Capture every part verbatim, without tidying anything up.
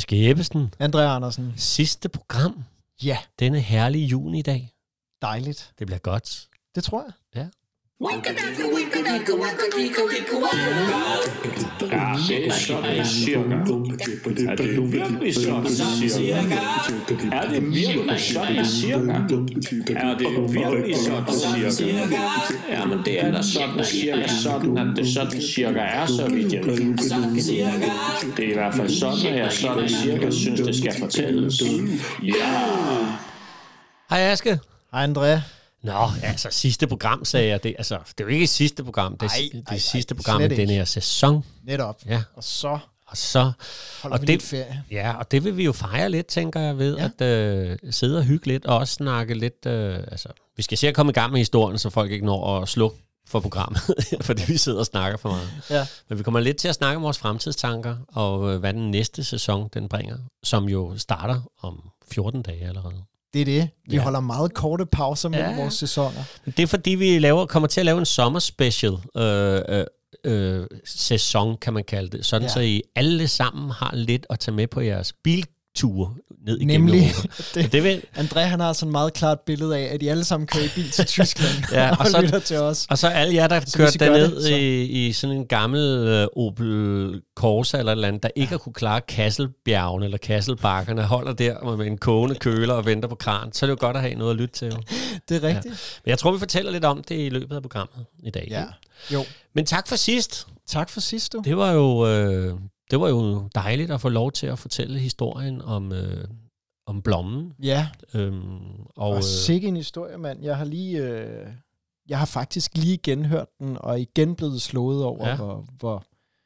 Aske Ebbesen. André Andersen. Sidste program. Ja. Denne herlige junidag. Dejligt. Det bliver godt. Det tror jeg. Ja. Ja, det er sådan cirka. Er det virkelig sådan cirka? Er det virkelig sådan cirka? Er det virkelig sådan cirka? Ja, men det er da sådan cirka sådan, at det sådan cirka er, så vidt jeg ved. Det er i hvert fald sådan, at jeg sådan cirka synes, det skal fortælles. Ja! Hej Aske. Hej André. Nå, altså sidste program, sagde jeg. Det, altså, det er jo ikke sidste program, det er ej, det ej, sidste ej, program i denne her sæson. Netop. Ja. Og så og så holder og vi det, lidt ferie. Ja, og det vil vi jo fejre lidt, tænker jeg, ved ja. at øh, sidde og hygge lidt, og også snakke lidt, øh, altså, vi skal se at komme i gang med historien, så folk ikke når at slukke for programmet, fordi vi sidder og snakker for meget. Ja. Men vi kommer lidt til at snakke om vores fremtidstanker, og øh, hvad den næste sæson, den bringer, som jo starter om fjorten dage allerede. Det er det. Vi ja. holder meget korte pauser mellem ja. vores sæsoner. Det er fordi, vi laver, kommer til at lave en sommerspecial øh, øh, øh, sæson, kan man kalde det. Sådan ja. så I alle sammen har lidt at tage med på jeres bilture ned igennem Nemlig. det, det vil... André, han har sådan et meget klart billede af, at de alle sammen kører i bil til Tyskland ja, og, og så, lytter til os. Og så alle jer, der kørte derned i, i sådan en gammel uh, Opel Corsa eller et eller andet, der ikke ja. har kunne klare Kasselbjergene eller Kasselbakkerne, holder der med en kogende køler og venter på kran, så er det jo godt at have noget at lytte til. Jo. Det er rigtigt. Ja. Men jeg tror, vi fortæller lidt om det i løbet af programmet i dag. Ja. Jo. Men tak for sidst. Tak for sidst, du. Det var jo... Øh, Det var jo dejligt at få lov til at fortælle historien om, øh, om blommen. Ja, øhm, og, og sikke en historie, mand. Jeg har lige, øh, jeg har faktisk lige genhørt den, og igen blevet slået over, ja. hvor, hvor,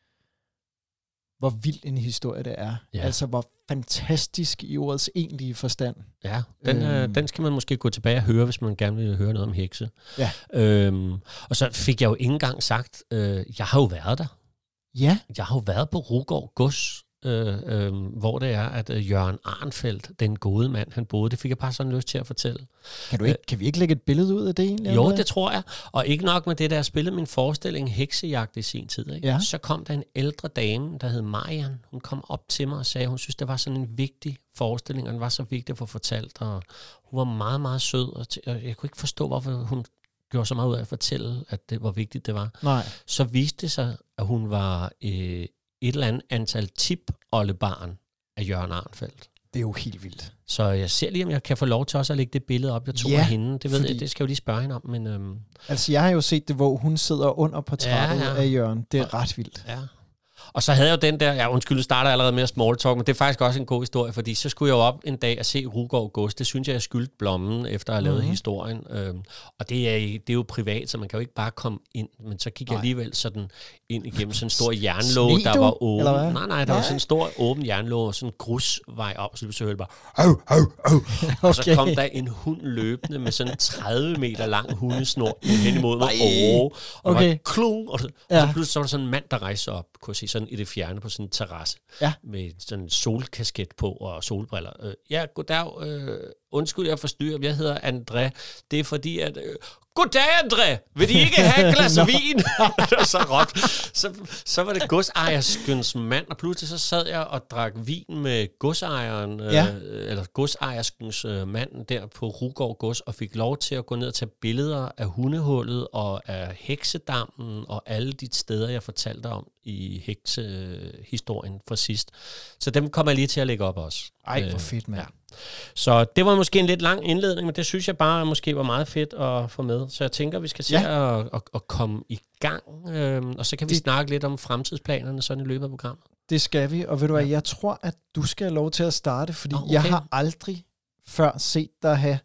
hvor vild en historie det er. Ja. Altså, hvor fantastisk i ordets egentlige forstand. Ja, den, øhm. øh, den skal man måske gå tilbage og høre, hvis man gerne vil høre noget om hekse. Ja. Øhm, og så fik jeg jo ikke engang sagt, øh, jeg har jo været der. Ja. Jeg har jo været på Rugård Gods, øh, øh, hvor det er, at øh, Jørgen Arnfeldt, den gode mand, han boede. Det fik jeg bare sådan lyst til at fortælle. Kan, du ikke, kan vi ikke lægge et billede ud af det egentlig? Jo, eller? det tror jeg. Og ikke nok med det, der jeg spillede min forestilling Heksejagt i sin tid. Ikke? Ja. Så kom der en ældre dame, der hed Marian. Hun kom op til mig og sagde, hun synes, det var sådan en vigtig forestilling, og den var så vigtig at få fortalt. Og hun var meget, meget sød, og jeg kunne ikke forstå, hvorfor hun gjorde så meget ud af at fortælle, at det var vigtigt, det var. Nej. Så viste det sig, at hun var øh, et eller andet antal tip-oldebarn af Jørgen Arnfeldt. Det er jo helt vildt. Så jeg ser lige, om jeg kan få lov til også at lægge det billede op, jeg tog ja, af hende. Det ved fordi... jeg, det skal jeg jo lige spørge hende om. Men, øhm... altså, jeg har jo set det, hvor hun sidder under portrættet ja, ja. af Jørgen. Det er ret vildt. Ja. Og så havde jeg jo den der, ja undskyld, starter allerede med at small talk, men det er faktisk også en god historie, fordi så skulle jeg jo op en dag og se Rugård Gods. Det synes jeg, jeg skyldte blommen, efter at have lavet mm-hmm. historien. Øhm, og det er, det er jo privat, så man kan jo ikke bare komme ind, men så gik nej. jeg alligevel sådan ind igennem sådan en stor jernlåge, der var åben. Nej, nej, der nej. var sådan en stor åben jernlåge, og sådan en grusvej op, så det bare, au, au, au. Okay. Og så kom der en hund løbende med sådan en tredive meter lang hundesnor hen imod mig. Åh, og okay. var klung, og, så, ja. og så pludselig så var der sådan en mand, der rejste op, kunne jeg sige, sådan i det fjerne på sådan en terrasse, ja. med sådan en solkasket på og solbriller. Øh, ja, goddag, øh, undskyld, jeg forstyrrer, jeg hedder André. Det er fordi, at... Øh, goddag, André! Vil de ikke have et glas vin? så råbt. Så, så var det godsejerskens mand, og pludselig så sad jeg og drak vin med godsejeren, ja. øh, eller godsejerskens øh, mand der på Rugård Gods, og fik lov til at gå ned og tage billeder af hundehullet og af heksedammen og alle de steder, jeg fortalte om i heksehistorien fra sidst. Så dem kommer jeg lige til at lægge op også. Ej, hvor fedt, mand. Ja. Så det var måske en lidt lang indledning, men det synes jeg bare måske var meget fedt at få med. Så jeg tænker, vi skal se ja. at, at, at komme i gang, øhm, og så kan vi det, snakke lidt om fremtidsplanerne sådan i løbet af programmet. Det skal vi, og ved du hvad, jeg tror, at du skal have lov til at starte, fordi oh, okay. jeg har aldrig før set dig have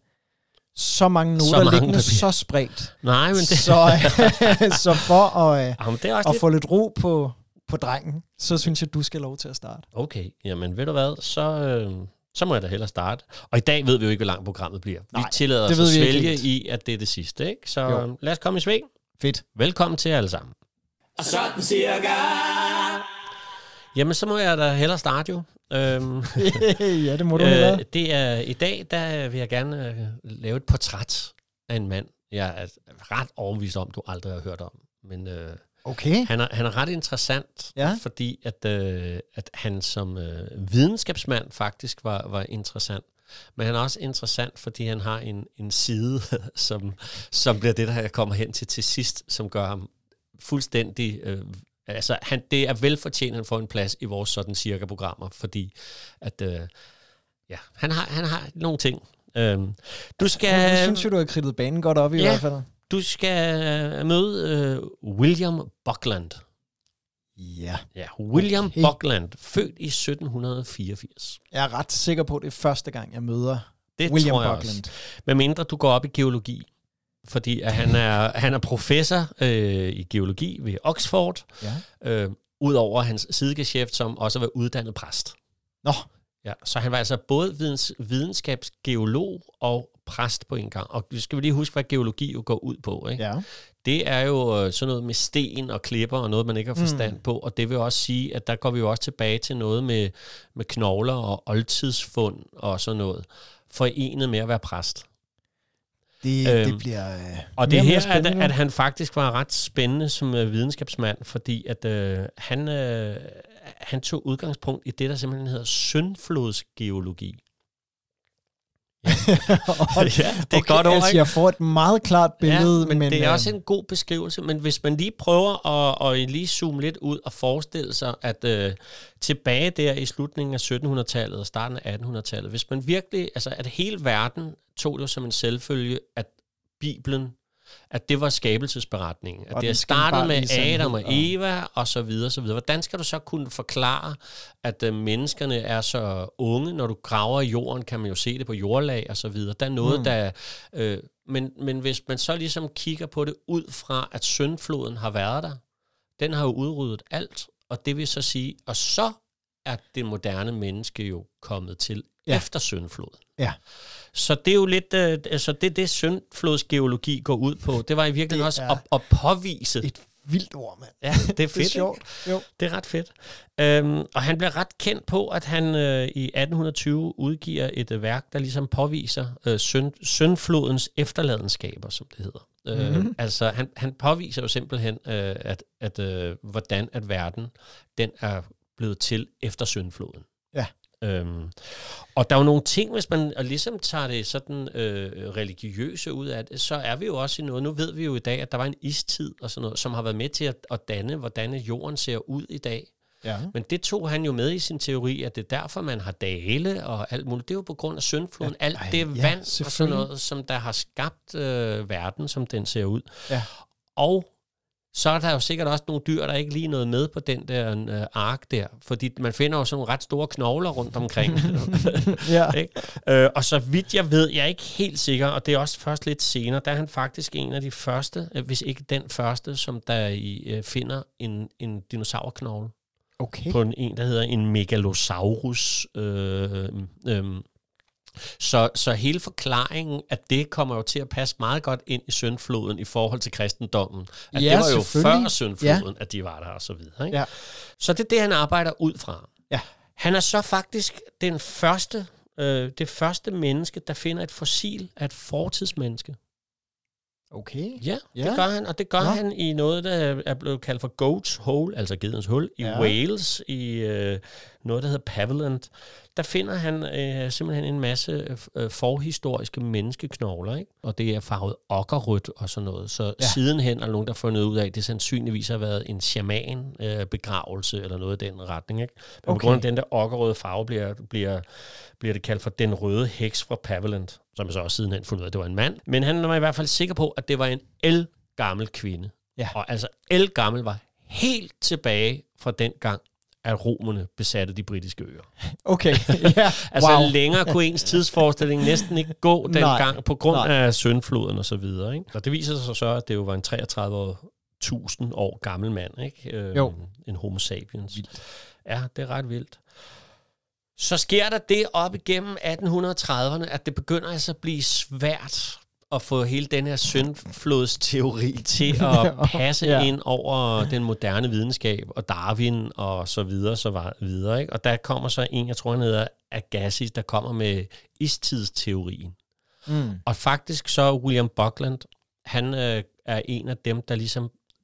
så mange noter så mange liggende papir. Så spredt. Nej, men det... Så, så for at, Jamen, det er også at lidt... få lidt ro på, på drengen, så synes jeg, at du skal have lov til at starte. Okay, jamen ved du hvad, så... Øh... Så må jeg da hellere starte. Og i dag ved vi jo ikke, hvor langt programmet bliver. Nej, vi tillader os at svælge i, at det er det sidste. Ikke? Så jo. Lad os komme i sving. Fedt. Velkommen til alle sammen. Og sådan cirka. Jamen, så må jeg da hellere starte jo. Øhm, ja, det må du hellere. Øh, det er, I dag der vil jeg gerne øh, lave et portræt af en mand, jeg er ret overbevist om, du aldrig har hørt om. Men øh, Okay. Han er, han er ret interessant, ja. fordi at, øh, at han som øh, videnskabsmand faktisk var, var interessant. Men han er også interessant, fordi han har en, en side, som, som bliver det, der jeg kommer hen til til sidst, som gør ham fuldstændig... Øh, altså, han, det er velfortjent, at han får en plads i vores sådan cirka-programmer, fordi at... Øh, ja, han har, han har nogle ting. Øh, du skal... Jeg synes jo, du har kridtet banen godt op i ja, hvert fald. Du skal møde øh, William Buckland. Ja. Ja, William okay. Buckland, født i sytten fireogfirs. Jeg er ret sikker på, at det er første gang, jeg møder det William tror jeg Buckland. Også. Med mindre du går op i geologi. Fordi at han, er, han er professor øh, i geologi ved Oxford. Ja. Øh, Udover hans sidegeschæft, som også var uddannet præst. Nå. Ja, så han var altså både videns, videnskabsgeolog og præst på en gang. Og skal vi lige huske, hvad geologi jo går ud på. Ikke? Ja. Det er jo sådan noget med sten og klipper og noget, man ikke har forstand mm. på. Og det vil også sige, at der går vi jo også tilbage til noget med, med knogler og oldtidsfund og sådan noget. Forenet med at være præst. Det, øhm, det bliver øh, Og det er her, at, at han faktisk var ret spændende som øh, videnskabsmand, fordi at øh, han, øh, han tog udgangspunkt i det, der simpelthen hedder syndflodsgeologi. Ja. ja, det er okay, godt ord, altså, jeg får et meget klart billede. Ja, men, men det er øh... også en god beskrivelse. Men hvis man lige prøver at, at lige zoome lidt ud og forestille sig, at øh, tilbage der i slutningen af syttenhundredetallet og starten af attenhundredetallet, hvis man virkelig, altså at hele verden tog det som en selvfølge, at Bibelen, at det var skabelsesberetningen. At og det startede med Adam og Eva, og så videre, så videre. Hvordan skal du så kunne forklare, at uh, menneskerne er så unge? Når du graver i jorden, kan man jo se det på jordlag, og så videre. Der er noget, mm. der... Øh, men, men hvis man så ligesom kigger på det ud fra, at syndfloden har været der, den har jo udryddet alt, og det vil så sige, og så er det moderne menneske jo kommet til ja. efter syndfloden. Ja. Så det er jo lidt, øh, altså det det syndflodsgeologi går ud på. Det var i virkeligheden også at, at påvise. Et vildt ord, mand. Ja, det er fedt. Det er sjovt. Jo. Det er ret fedt. Øhm, og han bliver ret kendt på, at han øh, i atten tyve udgiver et øh, værk, der ligesom påviser øh, synd, syndflodens efterladenskaber, som det hedder. Mm-hmm. Øh, altså han, han påviser jo simpelthen, øh, at, at øh, hvordan at verden den er blevet til efter syndfloden. Ja. Øhm, og der er jo nogle ting, hvis man ligesom tager det sådan øh, religiøse ud af det, så er vi jo også i noget, nu ved vi jo i dag, at der var en istid og sådan noget, som har været med til at, at danne, hvordan jorden ser ud i dag. Ja. Men det tog han jo med i sin teori, at det er derfor, man har dale og alt muligt. Det er jo på grund af syndfloden. Ja, alt det ja, vand og sådan noget, som der har skabt øh, verden, som den ser ud. Ja. Og så er der jo sikkert også nogle dyr, der ikke lige noget med på den der øh, ark der, fordi man finder jo sådan nogle ret store knogler rundt omkring. ja. øh, og så vidt jeg ved, jeg er ikke helt sikker, og det er også først lidt senere, der er han faktisk en af de første, øh, hvis ikke den første, som der i, øh, finder en, en dinosaurknogle. Okay. På en, en, der hedder en Megalosaurus. Øh, øh, Så, så hele forklaringen, at det kommer jo til at passe meget godt ind i syndfloden i forhold til kristendommen. At ja, det var jo før syndfloden, ja. at de var der og så videre. Ikke? Ja. Så det er det, han arbejder ud fra. Ja. Han er så faktisk den første, øh, det første menneske, der finder et fossil af et fortidsmenneske. Okay. Ja, ja, det gør han, og det gør Nå. han i noget, der er blevet kaldt for Goat's Hole, altså gedens hul, i ja. Wales, i øh, noget, der hedder Paviland. Der finder han øh, simpelthen en masse øh, forhistoriske menneskeknogler, ikke? Og det er farvet okkerrødt og sådan noget. Så ja. sidenhen er der nogen, der har fundet ud af, at det sandsynligvis har været en shaman-begravelse øh, eller noget i den retning, ikke? Men okay. på grund af den der okkerrøde farve bliver, bliver, bliver det kaldt for den røde heks fra Paviland, som jeg så også sidenhen fundet ud af, at det var en mand. Men han var i hvert fald sikker på, at det var en el-gammel kvinde. Ja. Og altså el-gammel var helt tilbage fra den gang, at romerne besatte de britiske øer. Okay, ja. altså wow. længere kunne ens tidsforestilling næsten ikke gå dengang på grund Nej. af syndfloden og så videre. Ikke? Og det viser sig så, at det jo var en treogtredive tusind år gammel mand, ikke? Øh, jo. En homo sapiens. Vildt. Ja, det er ret vildt. Så sker der det op igennem atten trediverne, at det begynder altså at blive svært at få hele den her syndflodsteori til at passe ja. ind over den moderne videnskab, og Darwin og så videre, så videre. Ikke? Og der kommer så en, jeg tror han hedder Agassiz, der kommer med istidsteorien. Mm. Og faktisk så William Buckland, han øh, er en af dem, der ligesom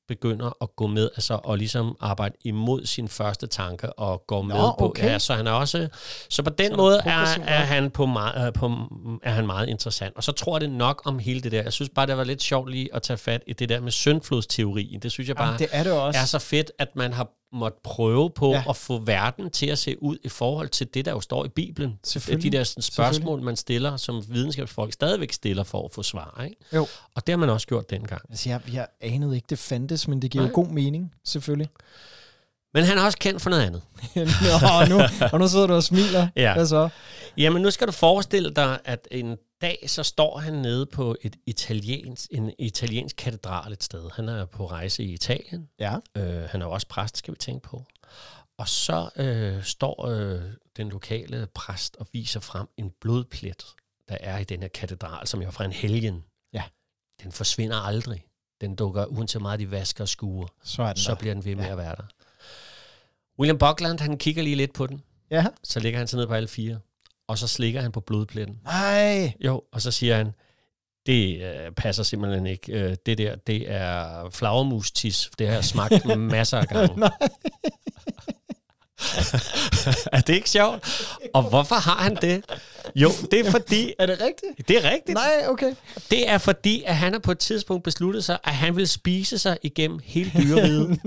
begynder at gå med, altså og ligesom arbejde imod sin første tanke og gå Nå, med på. okay. Ja, så han er også, så på den så måde er, er han på meget, på, er han meget interessant. Og så tror jeg det nok om hele det der. Jeg synes bare det var lidt sjovt lige at tage fat i det der med syndflodsteorien. Det synes jeg bare Jamen, det er, det også. er så fedt, at man har måtte prøve på ja. at få verden til at se ud i forhold til det, der jo står i Bibelen. De der sådan, spørgsmål, man stiller, som videnskabsfolk stadigvæk stiller for at få svar. Ikke? Jo. Og det har man også gjort dengang. Altså, jeg, jeg anede ikke, det fandtes, men det giver Nej. jo god mening, selvfølgelig. Men han er også kendt for noget andet. og, nu, og nu sidder du og smiler. Ja. Hvad så? Jamen, nu skal du forestille dig, at en dag, så står han nede på et italiensk, en italiensk katedral et sted. Han er på rejse i Italien. Ja. Øh, han er også præst, skal vi tænke på. Og så øh, står øh, den lokale præst og viser frem en blodplet, der er i den her katedral, som er fra en helgen. Ja. Den forsvinder aldrig. Den dukker, uanset meget de vasker og skuer, så, er den så der. bliver den ved med ja. at være der. William Buckland, han kigger lige lidt på den. Ja. Så ligger han sig ned på alle fire. Og så slikker han på blodpletten. Nej! Jo, og så siger han, det øh, passer simpelthen ikke. Øh, det der, det er flagermustis. Det har jeg smagt masser af gange. Nej. Er det ikke sjovt? Og hvorfor har han det? Jo, det er fordi... Er det rigtigt? Det er rigtigt. Nej, okay. Det er fordi, at han har på et tidspunkt besluttet sig, at han vil spise sig igennem hele dyreriget.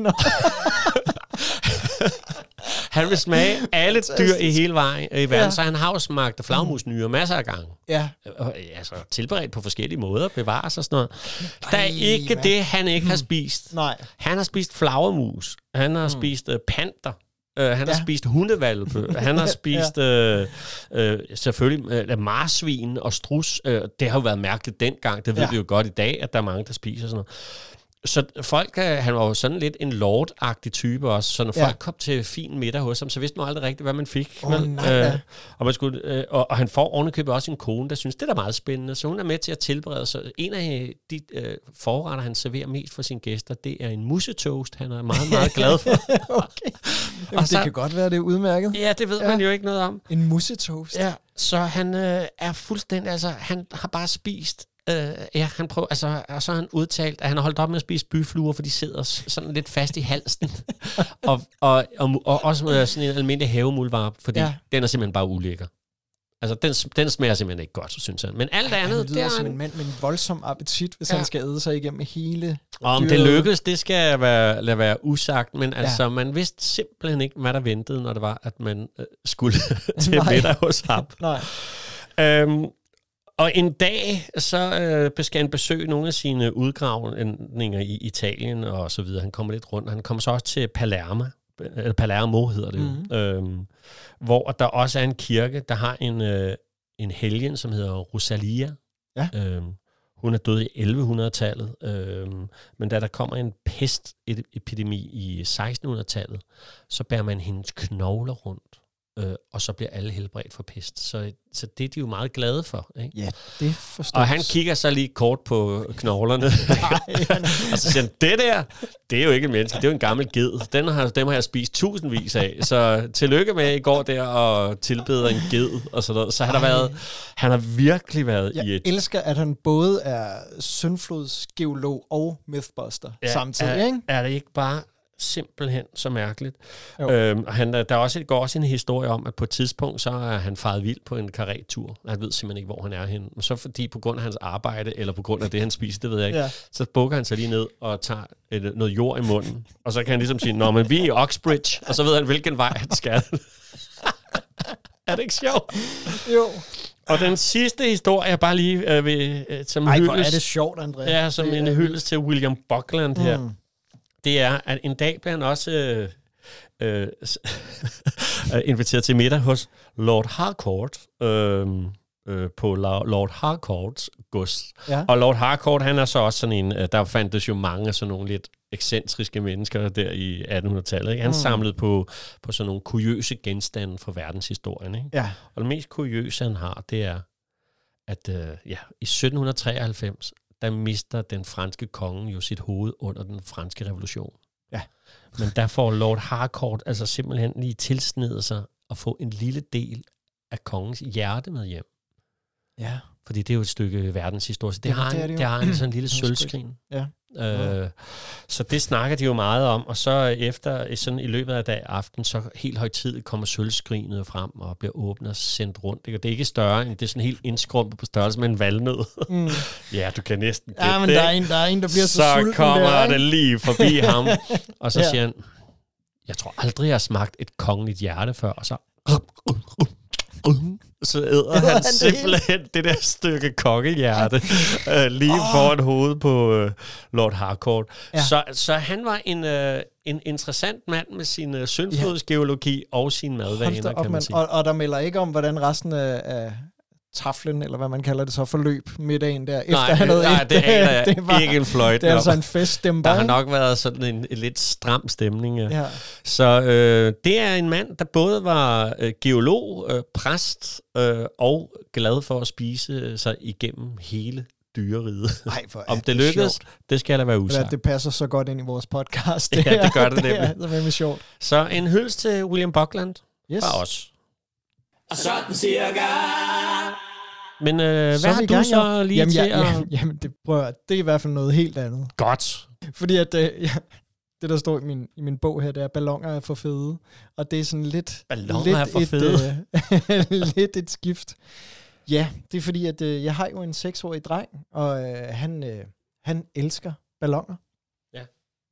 Han vil smage alle dyr i hele vejen i verden, ja. Så han har jo smagt flagmusnyre masser af gange. Ja. Altså tilberedt på forskellige måder, bevares og sådan noget. Der er ikke hvad? Det, han ikke har spist. Nej. Han har spist flagermus. Han har mm. spist uh, panter. Uh, han ja. har spist hundevalpe. Han har spist ja. uh, uh, selvfølgelig uh, marsvin og strus. Uh, det har jo været mærkeligt dengang. Det ved ja. vi jo godt i dag, at der er mange, der spiser sådan noget. Så folk, han var jo sådan lidt en lord-agtig type også, så når ja. folk kom til fin middag hos ham, så vidste man aldrig rigtigt, hvad man fik. Oh, nej, øh, og, man skulle, øh, og, og han får ovenikøbet også en kone, der synes, det er da meget spændende, så hun er med til at tilberede. Så en af de øh, forretter, han serverer mest for sine gæster, det er en mussetoast, han er meget, meget glad for. Okay. Jamen, så, det kan godt være, det er udmærket. Ja, det ved ja. man jo ikke noget om. En mussetoast? Ja, så han øh, er fuldstændig, altså han har bare spist Uh, ja, han prøver, altså, og så har han udtalt, at han har holdt op med at spise byfluer, for de sidder sådan lidt fast i halsen. og, og, og, og også sådan en almindelig havemulvarp, fordi ja. den er simpelthen bare ulækker. Altså, den, den smager simpelthen ikke godt, synes jeg. Men alt ja, andet, det er... Han som en mand med en voldsom appetit, hvis ja. han skal æde sig igennem hele... Og om det lykkes, det skal være, lade være usagt, men ja. altså, man vidste simpelthen ikke, hvad der ventede, når det var, at man øh, skulle til middag hos ham. Nej. Øhm, Og en dag, så øh, skal han besøge nogle af sine udgravninger i Italien og så videre. Han kommer lidt rundt. Han kommer så også til Palermo, eller Palermo hedder det jo, mm-hmm. øhm, hvor der også er en kirke, der har en, øh, en helgen, som hedder Rosalia. Ja. Øhm, hun er død i elleve hundrede-tallet, øhm, men da der kommer en pestepidemi i sekstenhundrede-tallet, så bærer man hendes knogler rundt. Øh, og så bliver alle helbredt for pest. Så, så det er de jo meget glade for. Ikke? Ja, det forstår. Og han kigger så lige kort på knoglerne. Og så siger han, det der, det er jo ikke en menneske, det er jo en gammel ged. Den har, dem har jeg spist tusindvis af. Så tillykke med, at I går der og tilbeder en ged. Og sådan noget. Så han har, været, han har virkelig været jeg i et... Jeg elsker, at han både er syndflodsgeolog og mythbuster ja, samtidig. Er, ikke? er det ikke bare... simpelthen så mærkeligt. Øhm, han, der er også, går også en historie om, at på et tidspunkt, så er han faret vild på en karretur. Han ved simpelthen ikke, hvor han er henne. Men så fordi på grund af hans arbejde, eller på grund af det, han spiser, det ved jeg ikke, ja. så bukker han sig lige ned og tager et, noget jord i munden. Og så kan han ligesom sige, nå, men vi er i Oxbridge, og så ved han, hvilken vej han skal. Er det ikke sjovt? Jo. Og den sidste historie, jeg bare lige øh, vil... Øh, som Ej, hyldes, hvor er det sjovt, André. Ja, som det en hyldest til William Buckland her. Mm. Det er, at en dag bliver han også øh, øh, inviteret til middag hos Lord Harcourt, øh, øh, på Lord Harcourts gods. Ja. Og Lord Harcourt, han er så også sådan en, der fandtes jo mange af sådan nogle lidt ekscentriske mennesker der i attenhundrede-tallet. Ikke? Han mm. samlede på, på sådan nogle kuriøse genstande fra verdenshistorien. Ikke? Ja. Og det mest kuriøse, han har, det er, at øh, ja, i sytten treoghalvfems, der mister den franske konge jo sit hoved under den franske revolution. Ja. Men der får Lord Harcourt altså simpelthen lige tilsnedet sig at få en lille del af kongens hjerte med hjem. Ja. Fordi det er jo et stykke verdenshistorie. Så det, Ja, har, det er han, det det jo. har han sådan en lille Det er sølvskrin. Ja. Øh, så det snakker de jo meget om, og så efter sådan i løbet af dag aften, så helt højtidigt kommer sølvskrinet frem og bliver åbnet og sendt rundt. Ikke? Og det er ikke større end det er sådan helt indskrumpet på størrelse med en valnød. Mm. Ja, du kan næsten gætte ja, men det. Der er, en, der er en, der bliver så, så sulten kommer der, det lige forbi ham, og så Ja. siger han, jeg tror aldrig, jeg har smagt et kongeligt hjerte før, og så så æder han han simpelthen det der stykke kokkehjerte øh, lige oh. foran hovedet på øh, Lord Harcourt. Ja. Så, så han var en, øh, en interessant mand med sin øh, syndflodsgeologi ja. og sine madvaner, op, kan man sige. Og, og der melder ikke om, hvordan resten af, af taflen, eller hvad man kalder det så, forløb middagen der. Efter Nej, han havde nej det aner jeg det var, ikke en fløjt. Det er altså en feststemmer. Der har nok været sådan en, en lidt stram stemning. Ja. Ja. Så øh, det er en mand, der både var øh, geolog, øh, præst øh, og glad for at spise sig igennem hele dyreriget. Ej, hvor Om det, det lykkedes, sjovt. det skal der være usagt. Det passer så godt ind i vores podcast. Det ja, det gør det nemlig. Det er, det er nemlig sjovt. Så en hyldest til William Buckland Yes. fra os. Og sådan cirka. Men øh, Så hvad er har vi i du gang, så ja. lige jamen, til ja, at... ja, jamen, det, prøv, at- det er i hvert fald noget helt andet. Godt. Fordi at øh, ja, det, der står i min, i min bog her, det er, balloner er for fede. Og det er sådan lidt... Balloner lidt er for et, fede? Øh, lidt et skift. Ja, det er fordi, at øh, jeg har jo en seksårig dreng, og øh, han, øh, han elsker balloner. Ja.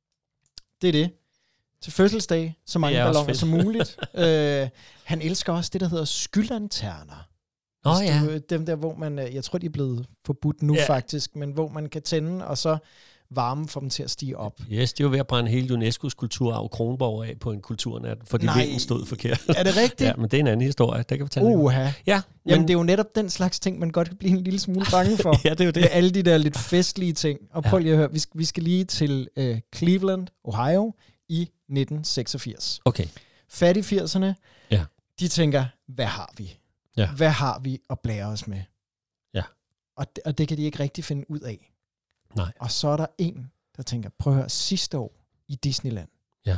Det er det. Til fødselsdag, så mange balloner som muligt. øh, han elsker også det, der hedder skylanterner. Åh oh, ja. Du, dem der, hvor man, jeg tror, de er blevet forbudt nu ja. faktisk, men hvor man kan tænde, og så varme får dem til at stige op. Yes, det er jo ved at brænde hele UNESCO's kulturarv Kronborg af på en kulturnat, fordi Nej. vinden stod forkert. Er det rigtigt? Ja, men det er en anden historie. Det kan vi fortælle. Uha. Ja, men... Jamen, det er jo netop den slags ting, man godt kan blive en lille smule bange for. ja, det er jo det. Med alle de der lidt festlige ting. Og prøv ja. lige at høre, vi skal, vi skal lige til øh, Cleveland, Ohio i nitten seksogfirs. Okay. Fat i firserne, ja. de tænker, hvad har vi? Ja. Hvad har vi at blære os med? Ja. Og det, og det kan de ikke rigtig finde ud af. Nej. Og så er der en, der tænker, prøv at høre, sidste år i Disneyland, ja.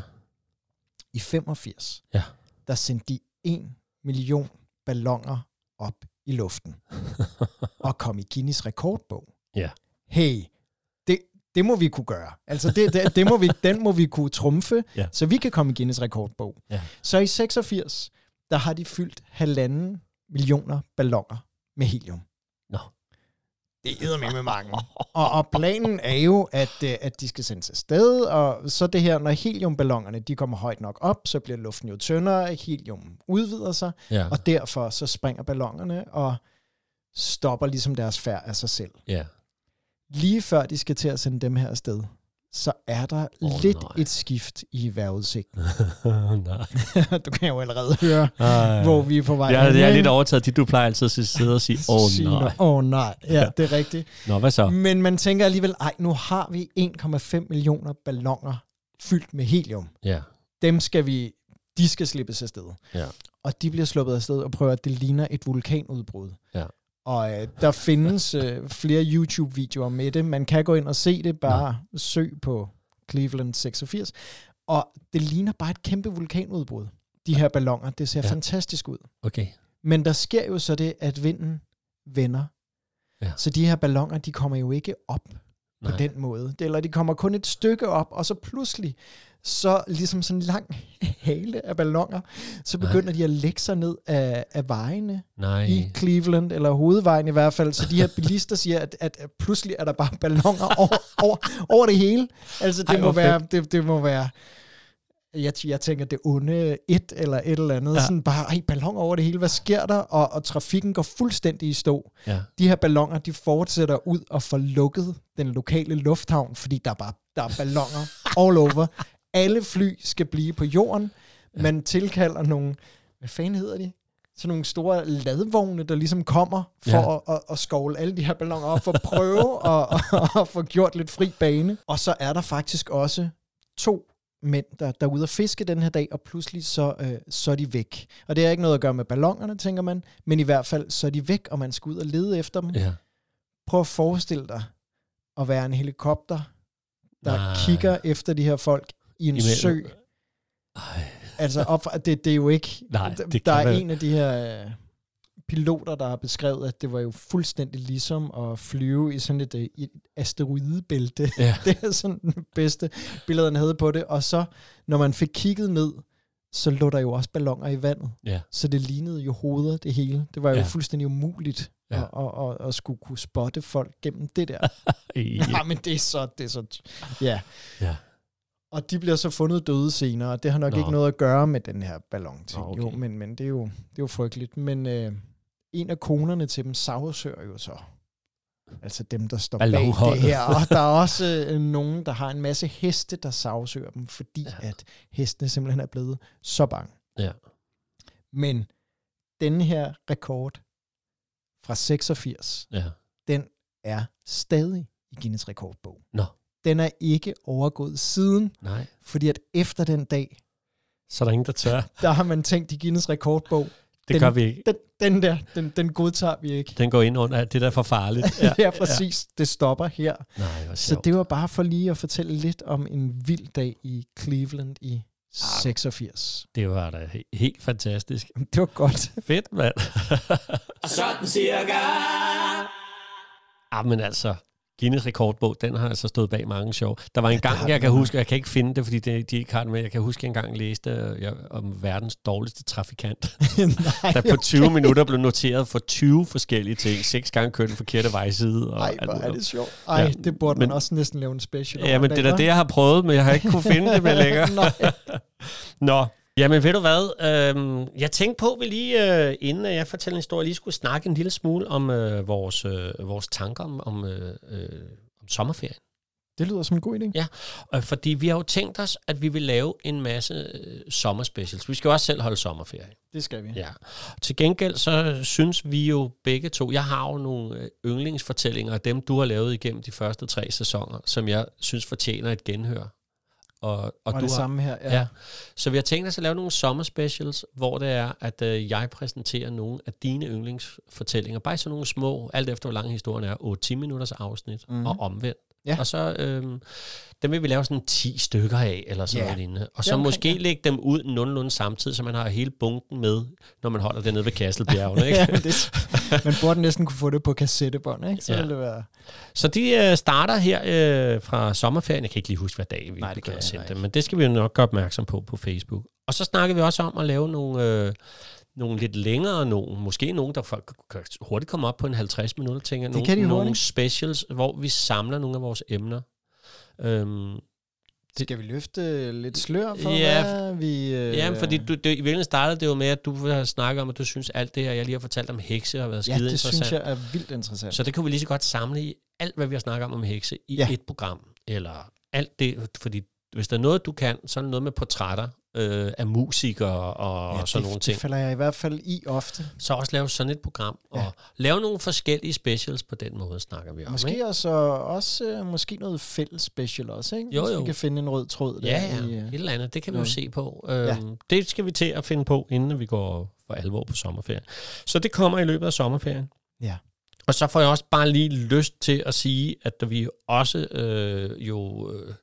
i femogfirs, ja. der sendte de en million balloner op i luften og kom i Guinness rekordbog. Ja. Hey, det, det må vi kunne gøre. Altså, det, det, det må vi, den må vi kunne trumfe, ja. så vi kan komme i Guinness rekordbog. Ja. Så i seksogfirs, der har de fyldt halvanden millioner balloner med helium. Nå. Det æder med med mange. Og, og planen er jo, at, at de skal sendes afsted, og så det her, når heliumballonerne de kommer højt nok op, så bliver luften jo tyndere, helium udvider sig, ja. og derfor så springer ballonerne og stopper ligesom deres færd af sig selv. Ja. Lige før de skal til at sende dem her afsted, så er der oh, lidt nej. et skift i vejrudsigten. nej. Du kan jo allerede høre, Ej. hvor vi er på vej. Ja, det er lidt overtaget. De, du plejer altid at sidde og sige, åh oh, nej. Åh oh, nej, ja, det er rigtigt. Nå, hvad så? Men man tænker alligevel, ej, nu har vi en komma fem millioner balloner fyldt med helium. Ja. Dem skal vi, de skal slippes afsted. Ja. Og de bliver sluppet afsted og prøver, at det ligner et vulkanudbrud. Ja. Og øh, der findes øh, flere YouTube-videoer med det. Man kan gå ind og se det, bare Nå. søg på Cleveland seksogfirs. Og det ligner bare et kæmpe vulkanudbrud. De her balloner, det ser ja. fantastisk ud. Okay. Men der sker jo så det, at vinden vender. Ja. Så de her balloner, de kommer jo ikke op Nej. på den måde. Eller de kommer kun et stykke op, og så pludselig, så ligesom sådan en lang hale af balloner, så begynder Nej. de at lægge sig ned af, af vejene Nej. i Cleveland, eller hovedvejen i hvert fald. Så de her bilister siger, at, at, at pludselig er der bare balloner over, over, over det hele. Altså det Ej, må være, det, det må være, jeg, jeg tænker det onde et eller et eller andet, ja. sådan bare, ej, balloner over det hele, hvad sker der? Og, og trafikken går fuldstændig i stå. Ja. De her balloner, de fortsætter ud og får lukket den lokale lufthavn, fordi der er bare der er balloner all over. Alle fly skal blive på jorden. Ja. Man tilkalder nogle, hvad fanden hedder de? Sådan nogle store ladvogne, der ligesom kommer for ja. at, at, at skovle alle de her balloner op, for at prøve at, at, at få gjort lidt fri bane. Og så er der faktisk også to mænd, der, der er ude at fiske den her dag, og pludselig så, øh, så er de væk. Og det har ikke noget at gøre med ballonerne, tænker man, men i hvert fald så er de væk, og man skal ud og lede efter dem. Ja. Prøv at forestille dig at være en helikopter, der Nej. kigger efter de her folk i en Imellem. sø. Ej. Altså, op, det, det er jo ikke... Nej, det der er være. en af de her uh, piloter, der har beskrevet, at det var jo fuldstændig ligesom at flyve i sådan et, et asteroidebælte. Ja. Det er sådan den bedste billede, han havde på det. Og så, når man fik kigget ned, så lå der jo også balloner i vandet. Ja. Så det lignede jo hoveder, det hele. Det var jo ja. fuldstændig umuligt ja. at, at, at, at skulle kunne spotte folk gennem det der. ja. ja, men det er så... Det er så ja. ja. Og de bliver så fundet døde senere, og det har nok Nå. ikke noget at gøre med den her ballon-ting. Nå, okay. Jo, men, men det, er jo, det er jo frygteligt. Men øh, en af konerne til dem sagsøger jo så. Altså dem, der står bag det her. Og der er også øh, nogen, der har en masse heste, der sagsøger dem, fordi ja. at hestene simpelthen er blevet så bange. Ja. Men den her rekord fra seksogfirs, ja. den er stadig i Guinness rekordbog. Nå. Den er ikke overgået siden, Nej. fordi at efter den dag, så er der ingen, der tør. Der har man tænkt i Guinness rekordbog, det den, gør vi ikke. Den, den der, den, den godtager vi ikke. Den går ind under, det der er for farligt. Ja, ja præcis. Ja. Det stopper her. Nej, så det var bare for lige at fortælle lidt om en vild dag i Cleveland i ah, seksogfirs. Det var da helt fantastisk. Det var godt. Fedt, mand. Sådan cirka. Ah, men altså... Guinness rekordbog, den har altså stået bag mange sjov. Der var en ja, gang, jeg kan huske, jeg kan ikke finde det, fordi de, de ikke har det med, jeg kan huske, jeg engang læste jeg, om verdens dårligste trafikant, Nej, der på tyve okay. minutter blev noteret for tyve forskellige ting. Seks gange kørte den forkerte vejside. Nej, hvor er det sjovt. Ej, ja, det burde men, man også næsten lave en special. Ja, men det er da det, jeg har prøvet, men jeg har ikke kunne finde det mere længere. Nå. Jamen ved du hvad, øhm, jeg tænkte på, at vi lige, øh, inden jeg fortæller en historie, lige skulle snakke en lille smule om øh, vores, øh, vores tanker om, om, øh, øh, om sommerferien. Det lyder som en god idé. Ja, øh, fordi vi har jo tænkt os, at vi vil lave en masse øh, sommerspecials. Vi skal jo også selv holde sommerferie. Det skal vi. Ja. Til gengæld så synes vi jo begge to, jeg har jo nogle yndlingsfortællinger af dem, du har lavet igennem de første tre sæsoner, som jeg synes fortjener et genhør. Og, og, og du det har, samme her, ja. ja. Så vi har tænkt os at lave nogle sommerspecials, hvor det er, at øh, jeg præsenterer nogle af dine yndlingsfortællinger. Bare sådan nogle små, alt efter hvor lang historien er, otte til ti minutters afsnit, mm-hmm. og omvendt. Ja. Og så øh, dem vil vi lave sådan ti stykker af, eller sådan yeah. noget lignende. Og så måske ja. lægge dem ud nogenlunde samtidig, så man har hele bunken med, når man holder det nede ved Kasselbjergene. Ikke? ja, det, man burde næsten kunne få det på kassettebånd, ikke? Så ja. det være. Så de øh, starter her øh, fra sommerferien. Jeg kan ikke lige huske, hvad dag vi nej, det kan jeg sende dem, men det skal vi jo nok gøre opmærksom på på Facebook. Og så snakker vi også om at lave nogle... Øh, nogle lidt længere nogen, måske nogen, der folk kan hurtigt komme op på en halvtreds minutter, tænker jeg. Nogle, nogle specials, hvor vi samler nogle af vores emner. Øhm, det, Skal vi løfte lidt slør for, ja, hvad vi... Øh... Ja, fordi du, det, i virkeligheden startede det jo med, at du har snakket om, at du synes alt det her, jeg lige har fortalt om hekse, har været skide interessant. Ja, det synes jeg er vildt interessant. Så det kan vi lige så godt samle i alt, hvad vi har snakket om om hekse, i ja. et program. Eller alt det, fordi hvis der er noget, du kan, så er det noget med portrætter øh, af musikere og, ja, og sådan det, nogle ting. det falder jeg i hvert fald i ofte. Så også lave sådan et program, ja. og lave nogle forskellige specials på den måde, snakker vi om. Måske ikke? også, også øh, måske noget fælles special også, ikke? Jo, Hvis jo. vi kan finde en rød tråd ja, der. Ja, i, et eller andet. Det kan vi ja. jo se på. Øhm, ja. Det skal vi til at finde på, inden vi går for alvor på sommerferien. Så det kommer i løbet af sommerferien. Ja. Og så får jeg også bare lige lyst til at sige, at vi også øh, jo... Øh,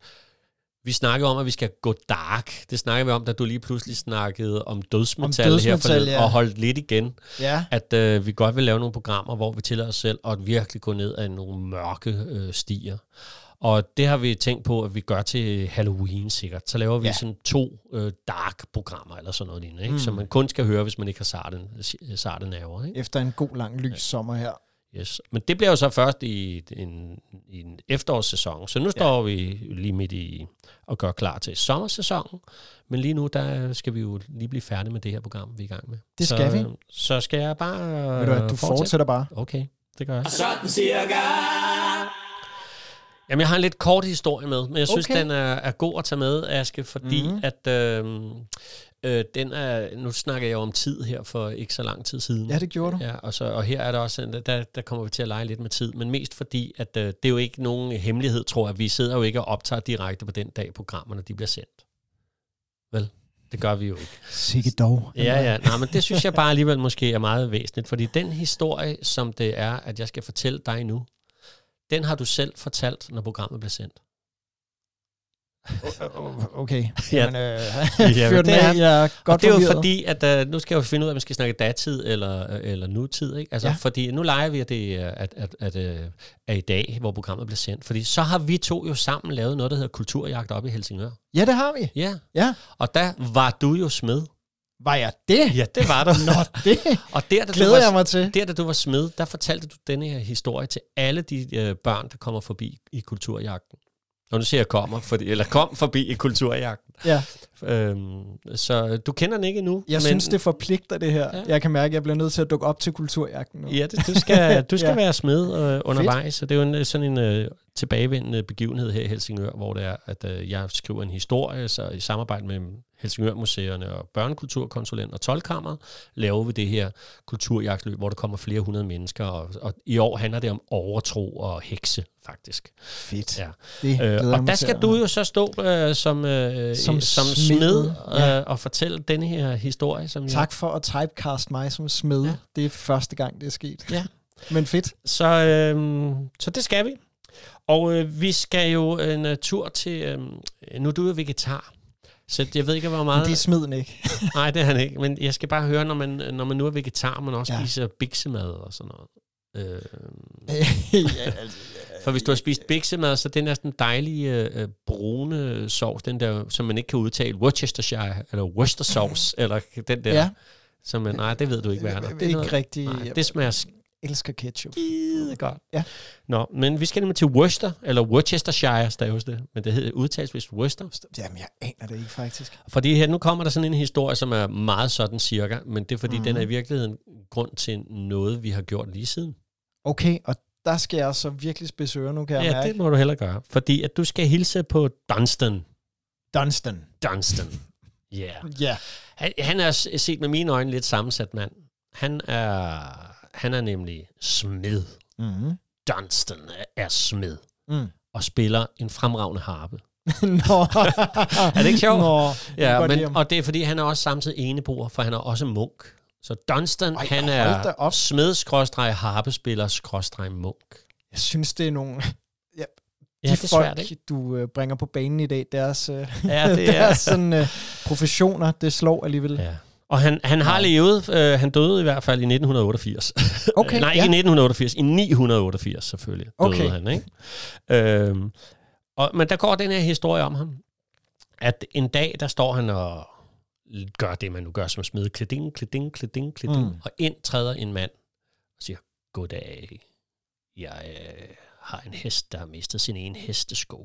vi snakkede om, at vi skal gå dark. Det snakkede vi om, da du lige pludselig snakkede om dødsmetal, om dødsmetal her forleden, ja. og holdt lidt igen. Ja. At øh, vi godt vil lave nogle programmer, hvor vi tillader os selv at virkelig gå ned ad nogle mørke øh, stier. Og det har vi tænkt på, at vi gør til Halloween sikkert. Så laver vi ja. sådan to øh, dark-programmer eller sådan noget lignende, ikke? Mm. Som man kun skal høre, hvis man ikke har sarte, sarte nerver. Ikke? Efter en god lang lys ja. sommer her. Yes. Men det bliver jo så først i en, i en efterårssæson. Så nu ja. står vi lige midt i og gør klar til sommersæsonen. Men lige nu, der skal vi jo lige blive færdige med det her program, vi er i gang med. Det skal så, vi. Så skal jeg bare... Ved du hvad, du fortsætter bare. Okay, det gør jeg. Sådan cirka. Jamen, jeg har en lidt kort historie med, men jeg synes, okay. den er, er god at tage med, Aske, fordi mm-hmm. at øh, øh, den er... Nu snakker jeg jo om tid her for ikke så lang tid siden. Ja, det gjorde du. Ja, og, så, og her er der også... Der, der kommer vi til at lege lidt med tid, men mest fordi, at øh, det er jo ikke nogen hemmelighed, tror jeg. Vi sidder jo ikke og optager direkte på den dag, programmerne de bliver sendt. Vel? Det gør vi jo ikke. Sikke dog. Ja, ja. Nej, men det synes jeg bare alligevel måske er meget væsentligt, fordi den historie, som det er, at jeg skal fortælle dig nu, den har du selv fortalt, når programmet blev sendt. Okay. Ja. Jamen, øh, Ja, fyr den af, jeg er godt og det er jo forvirret. fordi, at uh, nu skal jeg jo finde ud af, om vi skal snakke datid eller, eller nutid. Ikke? Altså, Ja. fordi nu leger vi, at det er at, at, at, at, at i dag, hvor programmet bliver sendt. Fordi så har vi to jo sammen lavet noget, der hedder Kulturjagt op i Helsingør. Ja, det har vi. Ja. Ja. Og der var du jo smed. Var jeg det? Ja, det var du. Nå, det Og der, da glæder du var, jeg mig til. Der, da du var smed, der fortalte du denne her historie til alle de øh, børn, der kommer forbi i Kulturjagten. Og nu siger jeg kommer, fordi, eller kom forbi i Kulturjagten. Ja. Øhm, så du kender den ikke endnu. Jeg men, synes, det forpligter det her. Ja. Jeg kan mærke, at jeg bliver nødt til at dukke op til Kulturjagten nu. Ja, det, du skal, du skal Ja. være smed øh, undervejs, så det er jo en, sådan en øh, tilbagevendende begivenhed her i Helsingør, hvor det er, at øh, jeg skriver en historie, så i samarbejde med Helsingør-museerne og børnekulturkonsulent og tolvkammeret, laver vi det her kulturjagtløb, hvor der kommer flere hundrede mennesker, og, og i år handler det om overtro og hekse, faktisk. Fedt. Ja. Det Øh, og der skal du jo så stå øh, som, øh, Som som, som smed, smed øh, ja. og fortælle denne her historie. Som Tak for at typecast mig som smed. Ja. Det er første gang, det er sket. Ja. Men fedt. Så, øh, så det skal vi. Og øh, vi skal jo en uh, tur til... Øh, nu er du jo vegetar, så jeg ved ikke, hvor meget... Men det er smeden ikke. Nej, det er han ikke. Men jeg skal bare høre, når man, når man nu er vegetar, man også Ja. spiser biksemad og sådan noget. Øh, ja, altså, for hvis du har spist biksemad, så den er sådan dejlig øh, brune sovs, den der, som man ikke kan udtale, Worcestershire, eller Worcester sauce, eller den der. Ja. Som man, nej, det ved du ikke, hvad er. Det er Det er ikke noget, rigtig... nej, det smager elsker ketchup. skide godt. Ja. Nå, men vi skal nemlig til Worcester, eller Worcestershire staves det, men det hedder udtales vist Worcester. Jamen, jeg aner det ikke, faktisk. Fordi her, nu kommer der sådan en historie, som er meget sådan cirka, men det er fordi, Mhm. mm. den er i virkeligheden grund til noget, vi har gjort lige siden. Okay, og der skal jeg så virkelig spidse ører nu, kan jeg Ja, mærke. det må du heller gøre. Fordi at du skal hilse på Dunstan. Dunstan. Dunstan. Ja. Yeah. Ja. Han, han er set med mine øjne lidt sammensat mand. Han er, han er nemlig smed. Mm. Dunstan er smed. Mm. Og spiller en fremragende harpe. Nå. Er det ikke sjovt? Nå, Ja, men, og det er fordi, han er også samtidig eneboer, for han er også munk. Så Dunstan, Ej, han hold da er op. smed-harpespiller-munk. Jeg synes, det er nogle... Ja, Ja, de det er folk, svært, ikke? du øh, bringer på banen i dag, deres, øh, Ja, det er- deres sådan, øh, professioner, det slår alligevel. Ja. Og han, han har Wow. levet, øh, han døde i hvert fald i nitten otteogfirs. Okay, Nej, ikke ja. i nitten otteogfirs, i ni otteogfirs selvfølgelig døde Okay. han, ikke? Øhm, og, men der går den her historie om ham, at en dag, der står han og gør det, man nu gør som smed, kleding, kleding, kleding, kleding, Mm. og ind træder en mand og siger, goddag, jeg øh, har en hest, der har mistet sin ene hestesko.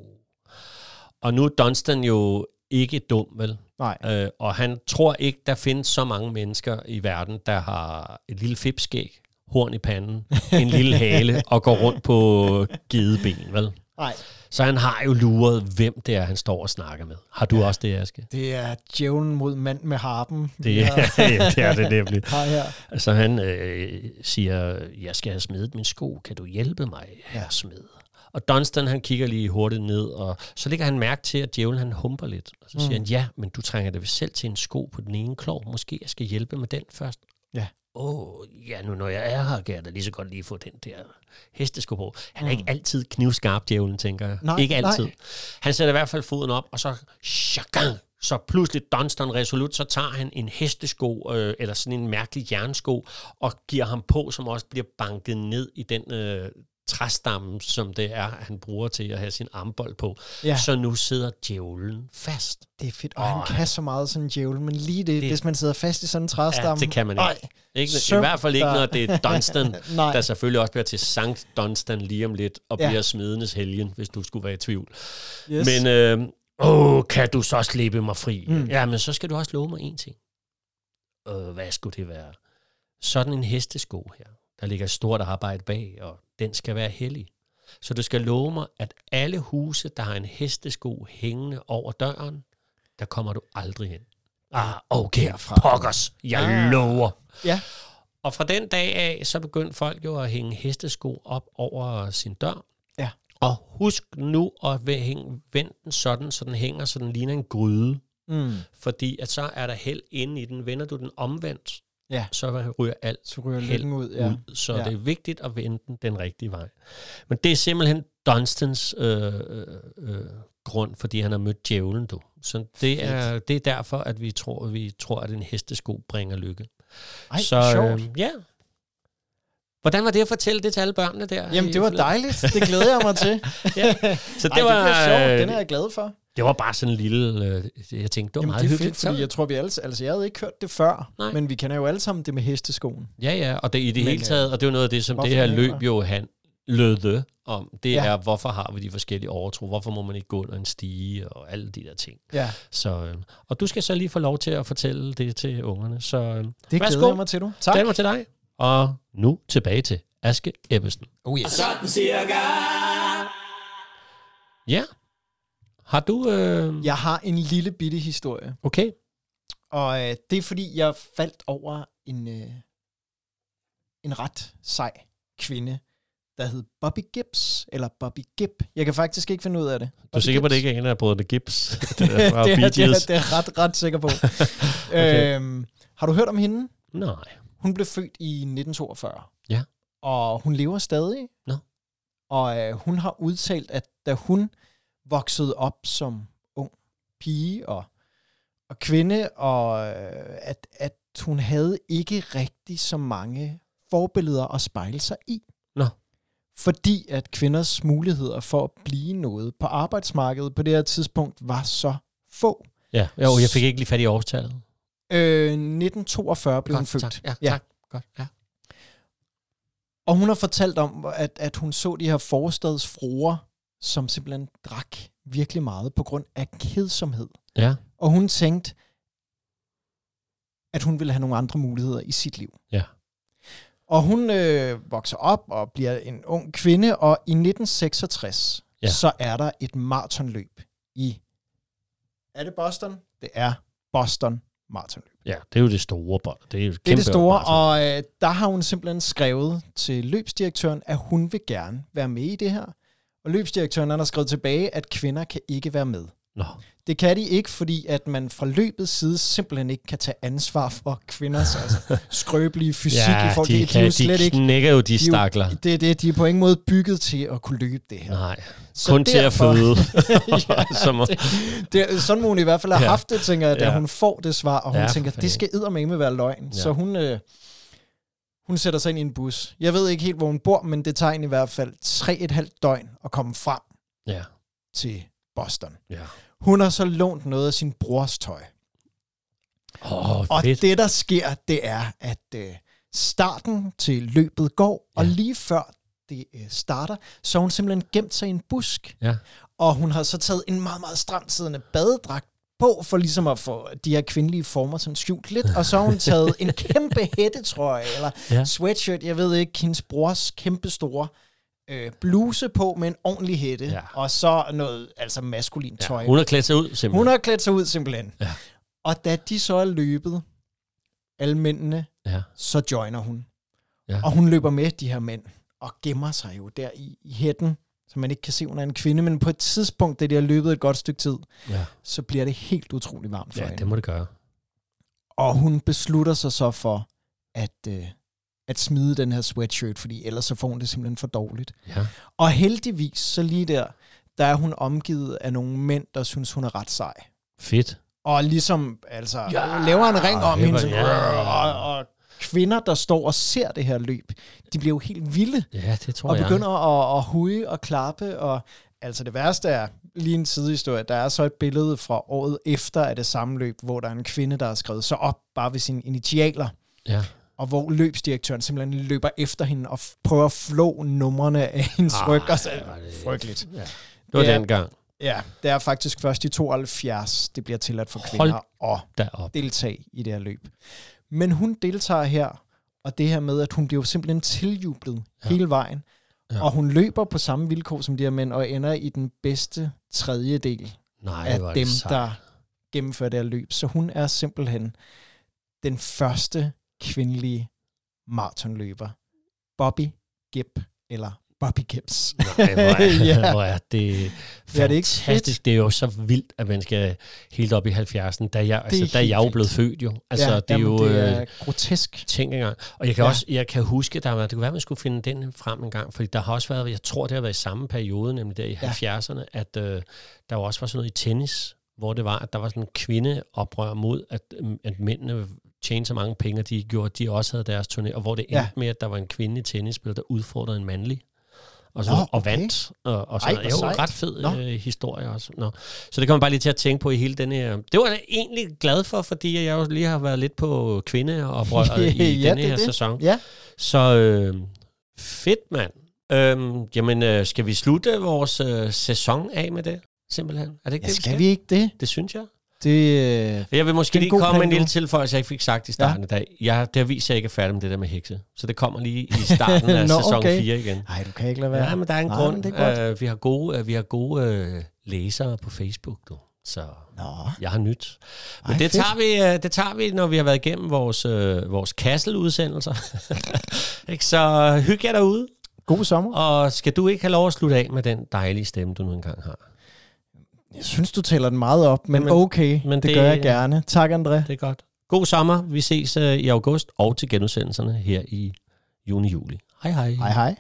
Og nu er Dunstan jo ikke dum, vel? Nej. Øh, og han tror ikke, der findes så mange mennesker i verden, der har et lille fipskæg, horn i panden, en lille hale og går rundt på gedeben, vel? Nej. Så han har jo luret, hvem det er, han står og snakker med. Har du ja. også det, Aske? Det er djævlen mod mand med harpen. Det, vi har, ja, det er det nemlig. har her. Altså han øh, siger, jeg skal have smedet min sko, kan du hjælpe mig, herre smed? Og Dunstan, han kigger lige hurtigt ned, og så lægger han mærke til, at djævlen, han humper lidt. Og så mm. siger han, ja, men du trænger da selv til en sko på den ene klov. Måske jeg skal hjælpe med den først. Ja. Åh, oh, ja, nu når jeg er her, kan jeg da lige så godt lige få den der hestesko på. Han er Mm. ikke altid knivskarp, djævlen, tænker jeg. Nej, ikke altid. nej. Han sætter i hvert fald foden op, og så shagang, så pludselig Dunstan resolut, så tager han en hestesko, øh, eller sådan en mærkelig jernsko, og giver ham på, som også bliver banket ned i den øh, træstamme, som det er, han bruger til at have sin armbold på. Ja. Så nu sidder djævlen fast. Det er fedt. Og Åh, han kan så meget sådan en djævel, men lige det, Det- hvis man sidder fast i sådan en træstamme. Ja, det kan man ikke. Ej, ikke I søm hvert fald ikke, der. når det er Dunstan, Nej. der selvfølgelig også bliver til Sankt Dunstan lige om lidt, og Ja. bliver smedenes helgen, hvis du skulle være i tvivl. Yes. Men, øh, åh, kan du så slippe mig fri? Mm. Ja, men så skal du også love mig en ting. Øh, hvad skulle det være? Sådan en hestesko her, der ligger et stort arbejde bag, og den skal være hellig. Så du skal love mig, at alle huse, der har en hestesko hængende over døren, der kommer du aldrig hen. Ah, okay, Derfra. pokkers, jeg Ah. lover. Ja. Og fra den dag af, så begyndte folk jo at hænge hestesko op over sin dør. Ja. Og husk nu at hænge, vend den sådan, så den hænger, så den ligner en gryde. Mm. Fordi at så er der held inde i den. Vender du den omvendt, Ja. så ryger alt Så ryger held lykken ud, ja. ud. Så Ja. det er vigtigt at vende den den rigtige vej. Men det er simpelthen Dunstans øh, øh, øh, grund, fordi han har mødt djævlen, du. Så det er, det er derfor, at vi tror, vi tror, at en hestesko bringer lykke. Ej, så sjovt. Øh, ja. Hvordan var det at fortælle det til alle børnene der? Jamen, det var dejligt. Det glæder jeg mig til. Ja. Så det, Ej, var, det bliver sjovt. Den er jeg glad for. Det var bare sådan en lille... Øh, jeg tænkte, det var Jamen, meget det er hyggeligt. fedt, fordi jeg tror, vi alle... Altså, jeg havde ikke hørt det før, Nej. men vi kender jo alle sammen det med hesteskoen. Ja, ja, og det i det men, hele taget, og det er jo noget af det, som det her løb jo han lød om. Det ja. er, hvorfor har vi de forskellige overtro? Hvorfor må man ikke gå under en stige og alle de der ting? Ja. Så, øh, og du skal så lige få lov til at fortælle det til ungerne. Så, øh, det glæder jeg mig til, du. Tak. Det mig til dig. Og nu tilbage til Aske Ebbesen. Oh yes. Sådan cirka. Ja. Har du... Øh... Jeg har en lille bitte historie. Okay. Og øh, det er fordi, jeg faldt over en, øh, en ret sej kvinde, der hed Bobby Gibbs, eller Bobby Gibb. Jeg kan faktisk ikke finde ud af det. Bobby du er sikker på, at det ikke er en af brødrene Gibbs? det, er, det, er, det, er, det er ret, ret sikker på. okay. øhm, har du hørt om hende? Nej. Hun blev født i nitten toogfyrre. Ja. Og hun lever stadig. Nå. Og øh, hun har udtalt, at da hun voksede op som ung pige og, og kvinde, og øh, at, at hun havde ikke rigtig så mange forbilleder at spejle sig i. Nå. Fordi at kvinders muligheder for at blive noget på arbejdsmarkedet på det her tidspunkt var så få. Ja, jo, jeg fik ikke lige fat i årstallet. Øh, nitten toogfyrre blev Godt, hun født. Tak. Ja, ja, tak. Godt, ja. Og hun har fortalt om, at, at hun så de her forstadsfruer, som simpelthen drak virkelig meget på grund af kedsomhed. Ja. Og hun tænkte, at hun ville have nogle andre muligheder i sit liv. Ja. Og hun øh, vokser op og bliver en ung kvinde, og i nitten seksogtres, ja. så er der et maratonløb i... Er det Boston? Det er Boston Maratonløb. Ja, det er jo det store. Det er, jo det, er det store, og øh, der har hun simpelthen skrevet til løbsdirektøren, at hun vil gerne være med i det her. Og løbsdirektøren har skrevet tilbage, at kvinder kan ikke være med. Nå. Det kan de ikke, fordi at man fra løbets side simpelthen ikke kan tage ansvar for kvinders altså, skrøbelige fysik. Ja, i forhold de, til, kan, de, de, slet de ikke, knækker jo de stakler. De, det er det, de er på ingen måde bygget til at kunne løbe det her. Nej, så kun derfor, til at føde. ja, Som, det, det, sådan må hun i hvert fald have ja. haft det, tænker jeg, da ja. hun får det svar, og hun ja, tænker, det skal eddermame være løgn. Ja. Så hun, øh, hun sætter sig ind i en bus. Jeg ved ikke helt, hvor hun bor, men det tager hende i hvert fald tre et halvt døgn at komme frem ja. til Boston. Ja. Hun har så lånt noget af sin brors tøj. Oh, og fedt. det, der sker, det er, at øh, starten til løbet går, ja. og lige før det øh, starter, så har hun simpelthen gemt sig i en busk. Ja. Og hun har så taget en meget, meget stramsiddende badedragt på, for ligesom at få de her kvindelige former sådan skjult lidt. Og så har hun taget en kæmpe hættetrøje, eller ja. sweatshirt, jeg ved ikke, hendes brors kæmpe store Øh, bluse på med en ordentlig hætte, ja. og så noget altså maskulin tøj. Ja, hun har klædt sig ud, simpelthen. Hun har klædt sig ud, simpelthen. Ja. Og da de så er løbet, alle mændene, ja. så joiner hun. Ja. Og hun løber med de her mænd, og gemmer sig jo der i, i hætten, så man ikke kan se, hun er en kvinde. Men på et tidspunkt, da de har løbet et godt stykke tid, ja. så bliver det helt utrolig varmt for ja, hende. Ja, det må det gøre. Og hun beslutter sig så for, at... Øh, at smide den her sweatshirt, fordi ellers så får hun det simpelthen for dårligt. Ja. Og heldigvis, så lige der, der er hun omgivet af nogle mænd, der synes, hun er ret sej. Fedt. Og ligesom, altså, ja. laver en ring om hende, sådan, ja. og, og kvinder, der står og ser det her løb, de bliver jo helt vilde. Ja, det tror og jeg. Og begynder at, at huge og klappe, og altså det værste er, lige en sidehistorie, der er så et billede fra året efter af det samme løb, hvor der er en kvinde, der har skrevet sig op bare ved sine initialer. Ja. Og hvor løbsdirektøren simpelthen løber efter hende og f- prøver at flå numrene af hendes ah, ryg. Og så, ja, det, frygteligt. Ja. Det var det den gang. Ja, det er faktisk først i tooghalvfjerds, det bliver tilladt for kvinder Hold at deltage i det her løb. Men hun deltager her, og det her med, at hun bliver simpelthen tiljublet ja. hele vejen. Ja. Og hun løber på samme vilkår som de her mænd, og ender i den bedste tredjedel Nej, af dem, der gennemfører det her løb. Så hun er simpelthen den første kvindelige maratonløber. Bobby Gibb, eller Bobby Gibbs. Nej, hvor er, ja. hvor er det fantastisk. Ja, det, er ikke fedt? Det er jo så vildt, at man skal helt op i halvfjerdserne. Da jeg, altså, da jeg jo blevet født jo. Altså, ja, det er jamen, jo det er øh, grotesk. Tænk engang. Og jeg kan ja. også jeg kan huske, der var, det kunne være, at man skulle finde den frem en gang, fordi der har også været, jeg tror, det har været i samme periode, nemlig der i ja. halvfjerdserne, at øh, der også var sådan noget i tennis, hvor det var, at der var sådan en kvindeoprør mod, at, at mændene tjente så mange penge, de gjorde, de også havde deres turné, og hvor det endte ja. med, at der var en kvindelig tennisspiller, der udfordrede en mandlig, og, så, Nå, okay. og vandt, og, og sådan. Ej, det er jo en ret fed øh, historie også. Nå. Så det kommer bare lige til at tænke på i hele den her. Det var jeg egentlig glad for, fordi jeg jo lige har været lidt på kvindeoprør i ja, denne her det. sæson. Ja. Så øh, fedt, mand. Øhm, jamen, øh, skal vi slutte vores øh, sæson af med det? Simpelthen. Er det ikke ja, det, skal, skal vi ikke det? Det synes jeg. Det, øh, jeg vil måske lige komme med en lille tilføjelse, jeg ikke fik sagt i starten ja. af dag. Jeg, det har vist, at jeg ikke er færdig med det der med hekse. Så det kommer lige i starten af Nå, sæson okay. fire igen. Nej, du kan ikke lade være. Ja, men der er en Nej, grund. Er uh, vi har gode, uh, vi har gode uh, læsere på Facebook, du. Så Nå. jeg har nyt. Men Ej, det, tager vi, uh, det tager vi, når vi har været igennem vores, uh, vores Kassel-udsendelser. Så hygge jer derude. God sommer. Og skal du ikke have lov at slutte af med den dejlige stemme, du nu engang har? Jeg synes, du tæller den meget op, men, men okay, men det, det gør jeg gerne. Tak, André. Det er godt. God sommer. Vi ses uh, i august og til genudsendelserne her i juni-juli. Hej hej. Hej hej.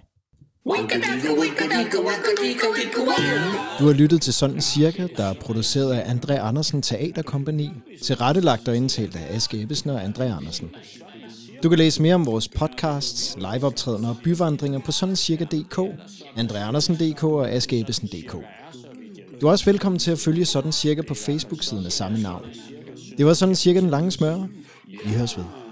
Du har lyttet til Sådan Cirka, der er produceret af André Andersen Teaterkompagni, tilrettelagt og indtalt af Aske Ebbesen og André Andersen. Du kan læse mere om vores podcasts, liveoptrædener og byvandringer på sådancirka punktum d k, André Andersen punktum d k og Aske Ebbesen punktum d k. Du er også velkommen til at følge Sådan Cirka på Facebook-siden af samme navn. Det var Sådan Cirka den lange smør. Vi høres ved.